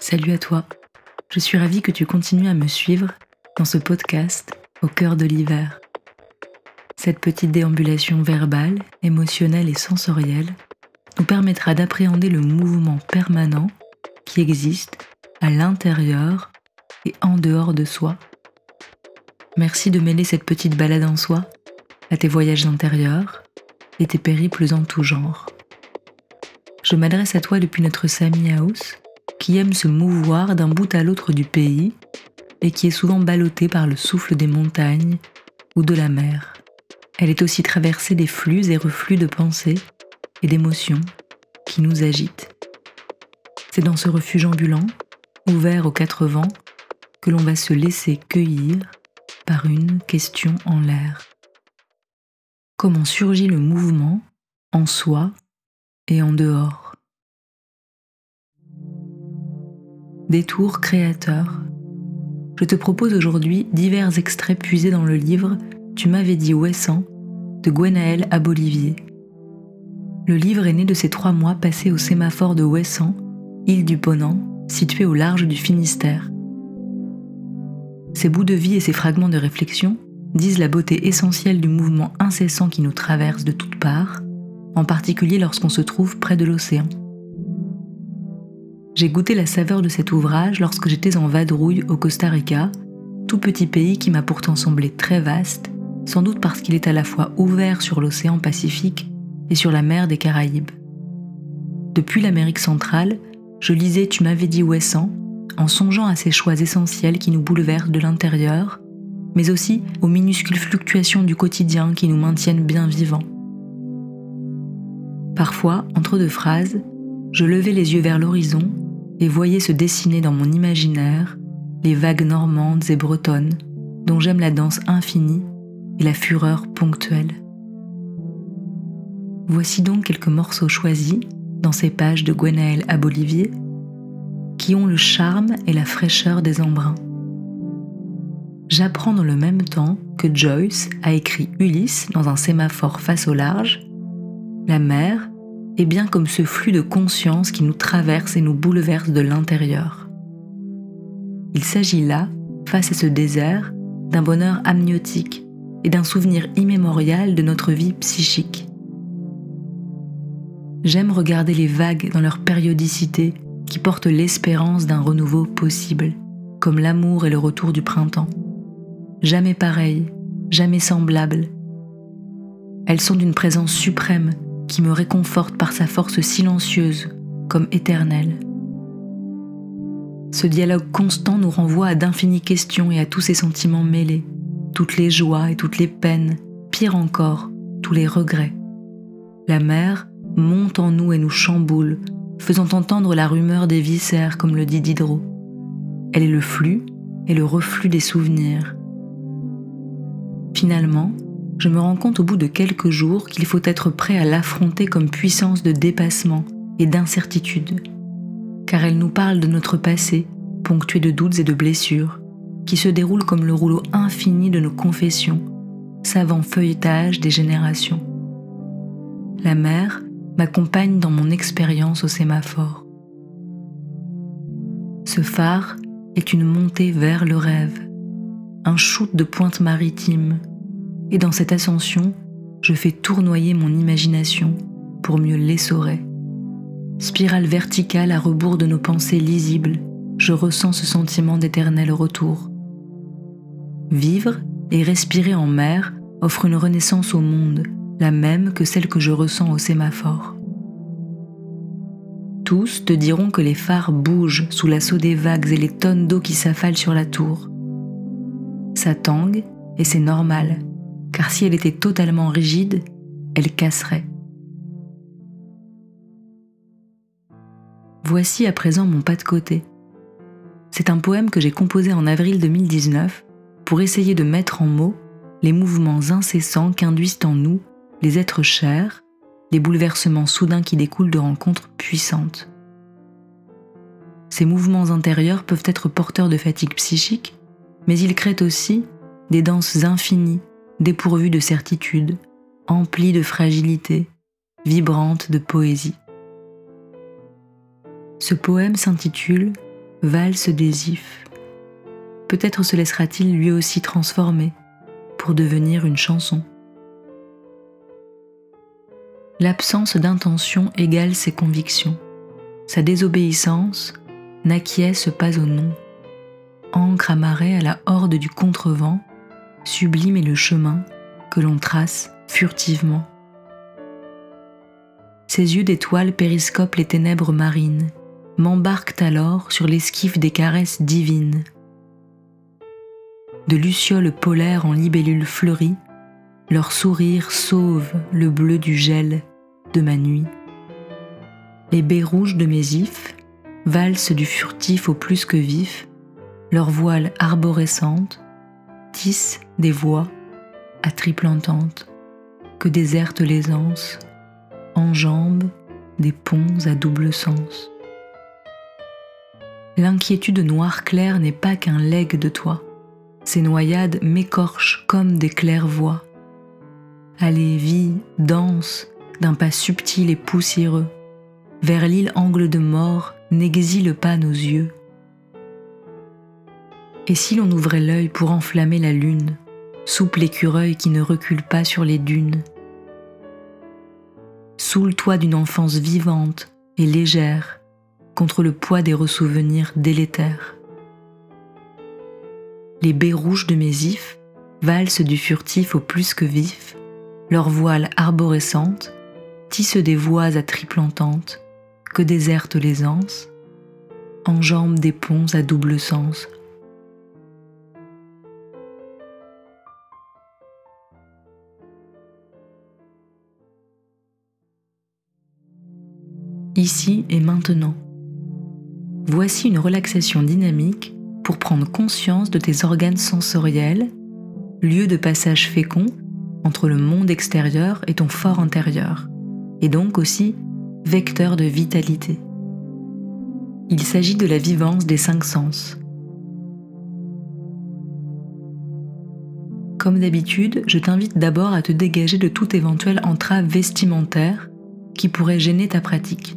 Salut à toi, je suis ravie que tu continues à me suivre dans ce podcast au cœur de l'hiver. Cette petite déambulation verbale, émotionnelle et sensorielle nous permettra d'appréhender le mouvement permanent qui existe à l'intérieur et en dehors de soi. Merci de mêler cette petite balade en soi à tes voyages intérieurs et tes périples en tout genre. Je m'adresse à toi depuis notre Sammy House, qui aime se mouvoir d'un bout à l'autre du pays et qui est souvent ballottée par le souffle des montagnes ou de la mer. Elle est aussi traversée des flux et reflux de pensées et d'émotions qui nous agitent. C'est dans ce refuge ambulant, ouvert aux quatre vents, que l'on va se laisser cueillir par une question en l'air. Comment surgit le mouvement en soi et en dehors? Détour créateur. Je te propose aujourd'hui divers extraits puisés dans le livre « Tu m'avais dit Ouessant » de Gwenaëlle Abolivier. Le livre est né de ces 3 mois passés au sémaphore de Ouessant, île du Ponant, située au large du Finistère. Ces bouts de vie et ces fragments de réflexion disent la beauté essentielle du mouvement incessant qui nous traverse de toutes parts, en particulier lorsqu'on se trouve près de l'océan. J'ai goûté la saveur de cet ouvrage lorsque j'étais en vadrouille au Costa Rica, tout petit pays qui m'a pourtant semblé très vaste, sans doute parce qu'il est à la fois ouvert sur l'océan Pacifique et sur la mer des Caraïbes. Depuis l'Amérique centrale, je lisais « Tu m'avais dit Ouessant » en songeant à ces choix essentiels qui nous bouleversent de l'intérieur, mais aussi aux minuscules fluctuations du quotidien qui nous maintiennent bien vivants. Parfois, entre 2 phrases, je levais les yeux vers l'horizon et voyais se dessiner dans mon imaginaire les vagues normandes et bretonnes dont j'aime la danse infinie et la fureur ponctuelle. Voici donc quelques morceaux choisis dans ces pages de Gwenaëlle Abolivier qui ont le charme et la fraîcheur des embruns. J'apprends dans le même temps que Joyce a écrit Ulysse dans un sémaphore face au large. La mer est bien comme ce flux de conscience qui nous traverse et nous bouleverse de l'intérieur. Il s'agit là, face à ce désert, d'un bonheur amniotique et d'un souvenir immémorial de notre vie psychique. J'aime regarder les vagues dans leur périodicité qui portent l'espérance d'un renouveau possible, comme l'amour et le retour du printemps. Jamais pareilles, jamais semblables. Elles sont d'une présence suprême qui me réconforte par sa force silencieuse, comme éternelle. Ce dialogue constant nous renvoie à d'infinies questions et à tous ces sentiments mêlés, toutes les joies et toutes les peines, pire encore, tous les regrets. La mer monte en nous et nous chamboule, faisant entendre la rumeur des viscères, comme le dit Diderot. Elle est le flux et le reflux des souvenirs. Finalement, je me rends compte au bout de quelques jours qu'il faut être prêt à l'affronter comme puissance de dépassement et d'incertitude, car elle nous parle de notre passé, ponctué de doutes et de blessures, qui se déroule comme le rouleau infini de nos confessions, savant feuilletage des générations. La mer m'accompagne dans mon expérience au sémaphore. Ce phare est une montée vers le rêve, un shoot de pointe maritime, et dans cette ascension, je fais tournoyer mon imagination pour mieux l'essorer. Spirale verticale à rebours de nos pensées lisibles, je ressens ce sentiment d'éternel retour. Vivre et respirer en mer offre une renaissance au monde, la même que celle que je ressens au sémaphore. Tous te diront que les phares bougent sous l'assaut des vagues et les tonnes d'eau qui s'affalent sur la tour. Ça tangue et c'est normal, car si elle était totalement rigide, elle casserait. Voici à présent mon pas de côté. C'est un poème que j'ai composé en avril 2019 pour essayer de mettre en mots les mouvements incessants qu'induisent en nous les êtres chers, les bouleversements soudains qui découlent de rencontres puissantes. Ces mouvements intérieurs peuvent être porteurs de fatigue psychique, mais ils créent aussi des danses infinies, dépourvues de certitude, emplies de fragilité, vibrantes de poésie. Ce poème s'intitule valse des ifs. Peut-être se laissera-t-il lui aussi transformer pour devenir une chanson. L'absence d'intention égale ses convictions. Sa désobéissance n'acquiesce pas au nom. Ancre amarrée à la horde du contrevent, sublime est le chemin que l'on trace furtivement. Ses yeux d'étoiles périscopent les ténèbres marines, m'embarquent alors sur l'esquif des caresses divines. De lucioles polaires en libellules fleuries, leur sourire sauve le bleu du gel de ma nuit. Les baies rouges de mes ifs valsent du furtif au plus que vif, leurs voiles arborescentes tissent des voix à triple entente que désertent les anses, enjambent des ponts à double sens. L'inquiétude noire claire n'est pas qu'un legs de toi, ces noyades m'écorchent comme des claires-voies. Allez, vis, danse, d'un pas subtil et poussiéreux, vers l'île angle de mort n'exile pas nos yeux. Et si l'on ouvrait l'œil pour enflammer la lune, souple écureuil qui ne recule pas sur les dunes? Soule-toi d'une enfance vivante et légère contre le poids des ressouvenirs délétères. Les baies rouges de mes ifs valsent du furtif au plus que vif, leurs voiles arborescentes tissent des voix à triple entente que désertent les anses, enjambent des ponts à double sens. Ici et maintenant. Voici une relaxation dynamique pour prendre conscience de tes organes sensoriels, lieu de passage fécond entre le monde extérieur et ton fort intérieur, et donc aussi vecteur de vitalité. Il s'agit de la vivance des 5 sens. Comme d'habitude, je t'invite d'abord à te dégager de toute éventuelle entrave vestimentaire qui pourrait gêner ta pratique.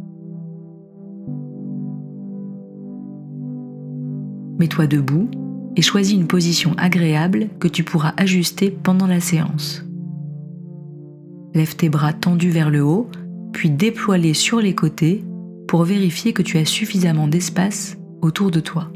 Mets-toi debout et choisis une position agréable que tu pourras ajuster pendant la séance. Lève tes bras tendus vers le haut, puis déploie-les sur les côtés pour vérifier que tu as suffisamment d'espace autour de toi.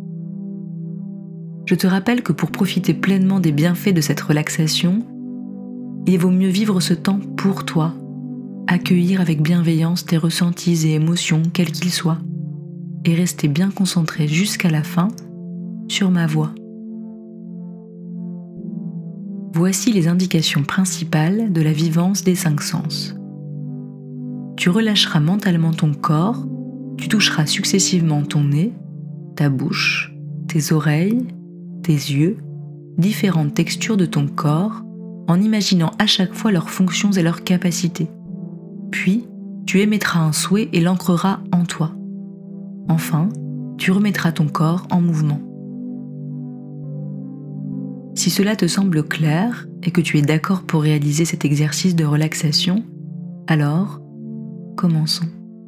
Je te rappelle que pour profiter pleinement des bienfaits de cette relaxation, il vaut mieux vivre ce temps pour toi, accueillir avec bienveillance tes ressentis et émotions, quels qu'ils soient, et rester bien concentré jusqu'à la fin sur ma voix. Voici les indications principales de la vivance des 5 sens. Tu relâcheras mentalement ton corps, tu toucheras successivement ton nez, ta bouche, tes oreilles, tes yeux, différentes textures de ton corps, en imaginant à chaque fois leurs fonctions et leurs capacités. Puis, tu émettras un souhait et l'ancreras en toi. Enfin, tu remettras ton corps en mouvement. Si cela te semble clair et que tu es d'accord pour réaliser cet exercice de relaxation, alors, commençons.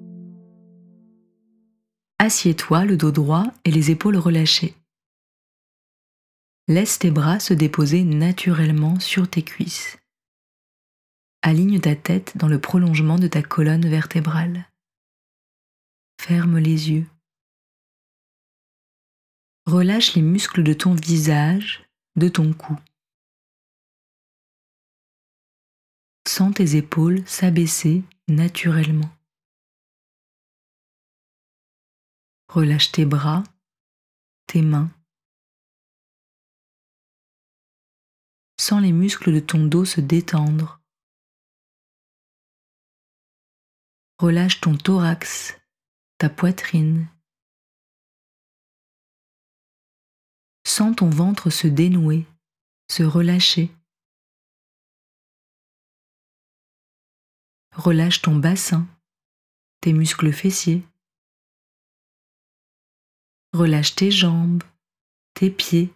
Assieds-toi le dos droit et les épaules relâchées. Laisse tes bras se déposer naturellement sur tes cuisses. Aligne ta tête dans le prolongement de ta colonne vertébrale. Ferme les yeux. Relâche les muscles de ton visage, de ton cou. Sens tes épaules s'abaisser naturellement. Relâche tes bras, tes mains. Sens les muscles de ton dos se détendre. Relâche ton thorax, ta poitrine. Sens ton ventre se dénouer, se relâcher. Relâche ton bassin, tes muscles fessiers. Relâche tes jambes, tes pieds.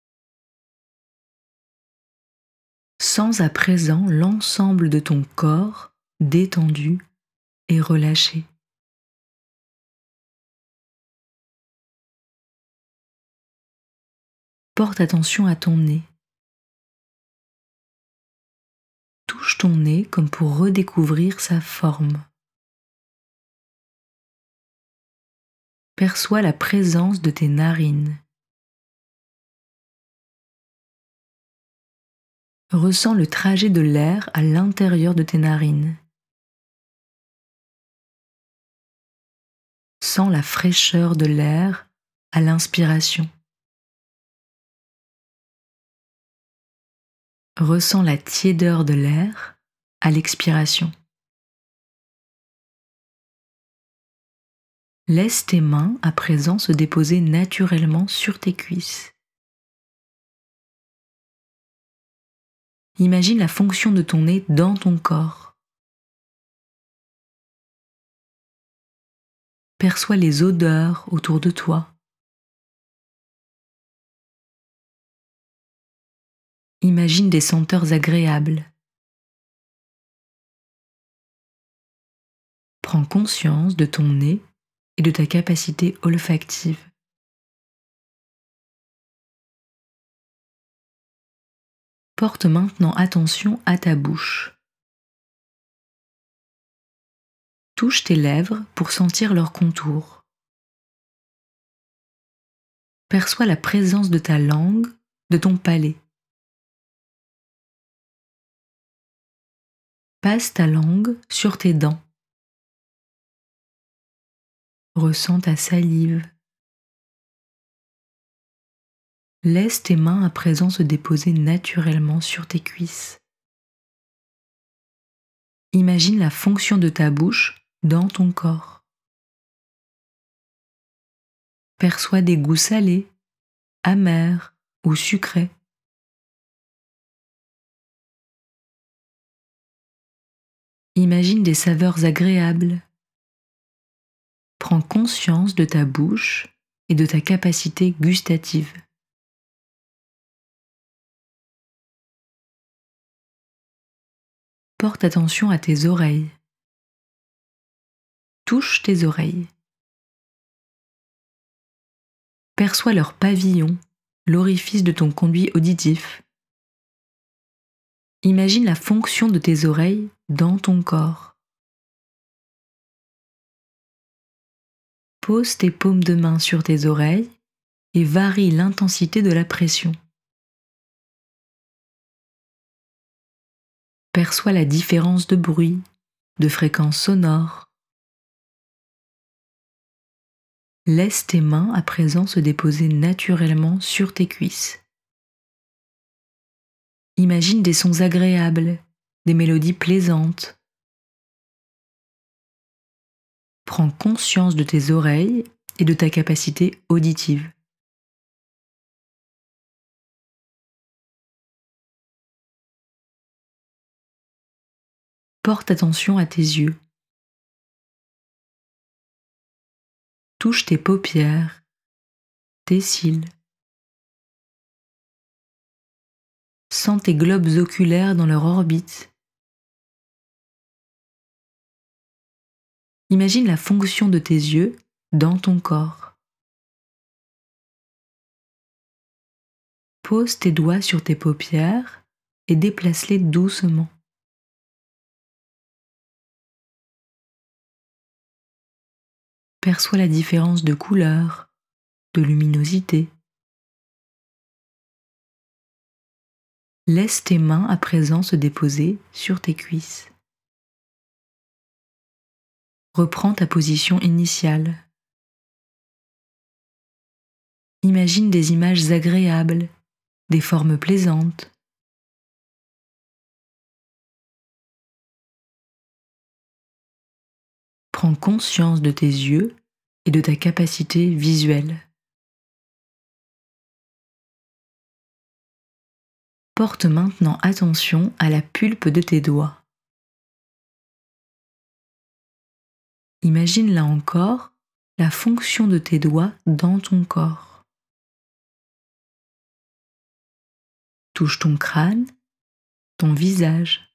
Sens à présent l'ensemble de ton corps détendu et relâché. Porte attention à ton nez. Touche ton nez comme pour redécouvrir sa forme. Perçois la présence de tes narines. Ressens le trajet de l'air à l'intérieur de tes narines. Sens la fraîcheur de l'air à l'inspiration. Ressens la tiédeur de l'air à l'expiration. Laisse tes mains à présent se déposer naturellement sur tes cuisses. Imagine la fonction de ton nez dans ton corps. Perçois les odeurs autour de toi. Imagine des senteurs agréables. Prends conscience de ton nez et de ta capacité olfactive. Porte maintenant attention à ta bouche. Touche tes lèvres pour sentir leur contour. Perçois la présence de ta langue, de ton palais. Passe ta langue sur tes dents. Ressens ta salive. Laisse tes mains à présent se déposer naturellement sur tes cuisses. Imagine la fonction de ta bouche dans ton corps. Perçois des goûts salés, amers ou sucrés. Imagine des saveurs agréables. Prends conscience de ta bouche et de ta capacité gustative. Porte attention à tes oreilles. Touche tes oreilles. Perçois leur pavillon, l'orifice de ton conduit auditif. Imagine la fonction de tes oreilles dans ton corps. Pose tes paumes de main sur tes oreilles et varie l'intensité de la pression. Perçois la différence de bruit, de fréquence sonore. Laisse tes mains à présent se déposer naturellement sur tes cuisses. Imagine des sons agréables, des mélodies plaisantes. Prends conscience de tes oreilles et de ta capacité auditive. Porte attention à tes yeux. Touche tes paupières, tes cils. Sens tes globes oculaires dans leur orbite. Imagine la fonction de tes yeux dans ton corps. Pose tes doigts sur tes paupières et déplace-les doucement. Perçois la différence de couleur, de luminosité. Laisse tes mains à présent se déposer sur tes cuisses. Reprends ta position initiale. Imagine des images agréables, des formes plaisantes. Prends conscience de tes yeux et de ta capacité visuelle. Porte maintenant attention à la pulpe de tes doigts. Imagine là encore la fonction de tes doigts dans ton corps. Touche ton crâne, ton visage.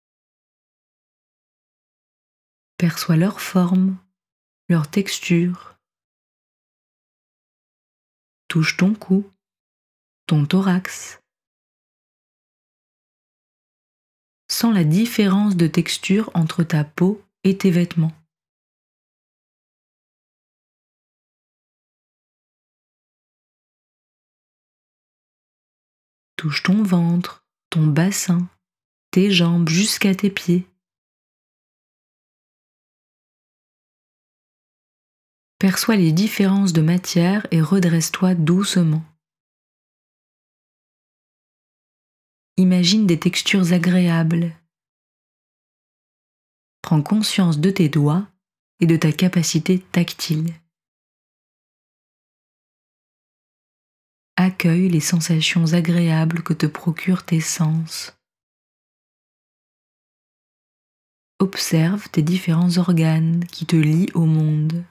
Perçois leur forme, leur texture. Touche ton cou, ton thorax. Sens la différence de texture entre ta peau et tes vêtements. Touche ton ventre, ton bassin, tes jambes jusqu'à tes pieds. Perçois les différences de matière et redresse-toi doucement. Imagine des textures agréables. Prends conscience de tes doigts et de ta capacité tactile. Accueille les sensations agréables que te procurent tes sens. Observe tes différents organes qui te lient au monde.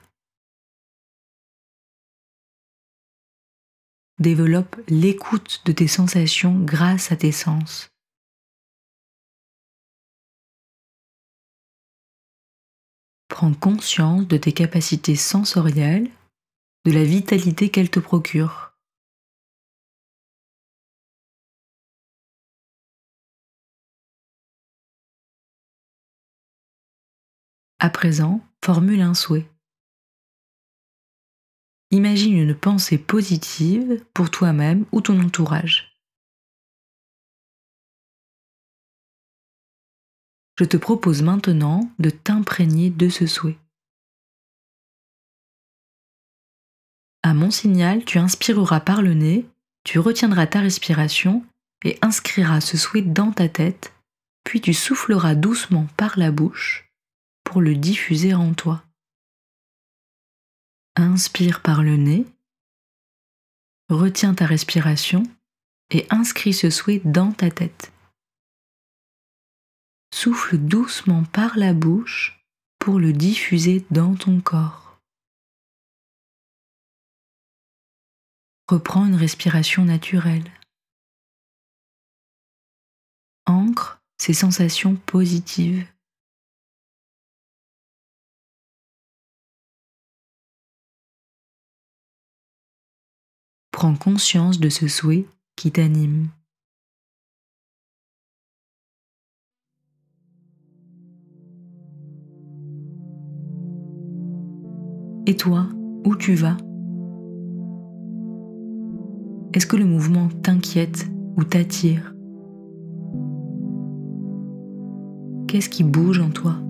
Développe l'écoute de tes sensations grâce à tes sens. Prends conscience de tes capacités sensorielles, de la vitalité qu'elles te procurent. À présent, formule un souhait. Imagine une pensée positive pour toi-même ou ton entourage. Je te propose maintenant de t'imprégner de ce souhait. À mon signal, tu inspireras par le nez, tu retiendras ta respiration et inscriras ce souhait dans ta tête, puis tu souffleras doucement par la bouche pour le diffuser en toi. Inspire par le nez, retiens ta respiration et inscris ce souhait dans ta tête. Souffle doucement par la bouche pour le diffuser dans ton corps. Reprends une respiration naturelle. Ancre ces sensations positives. Prends conscience de ce souhait qui t'anime. Et toi, où tu vas? Est-ce que le mouvement t'inquiète ou t'attire? Qu'est-ce qui bouge en toi?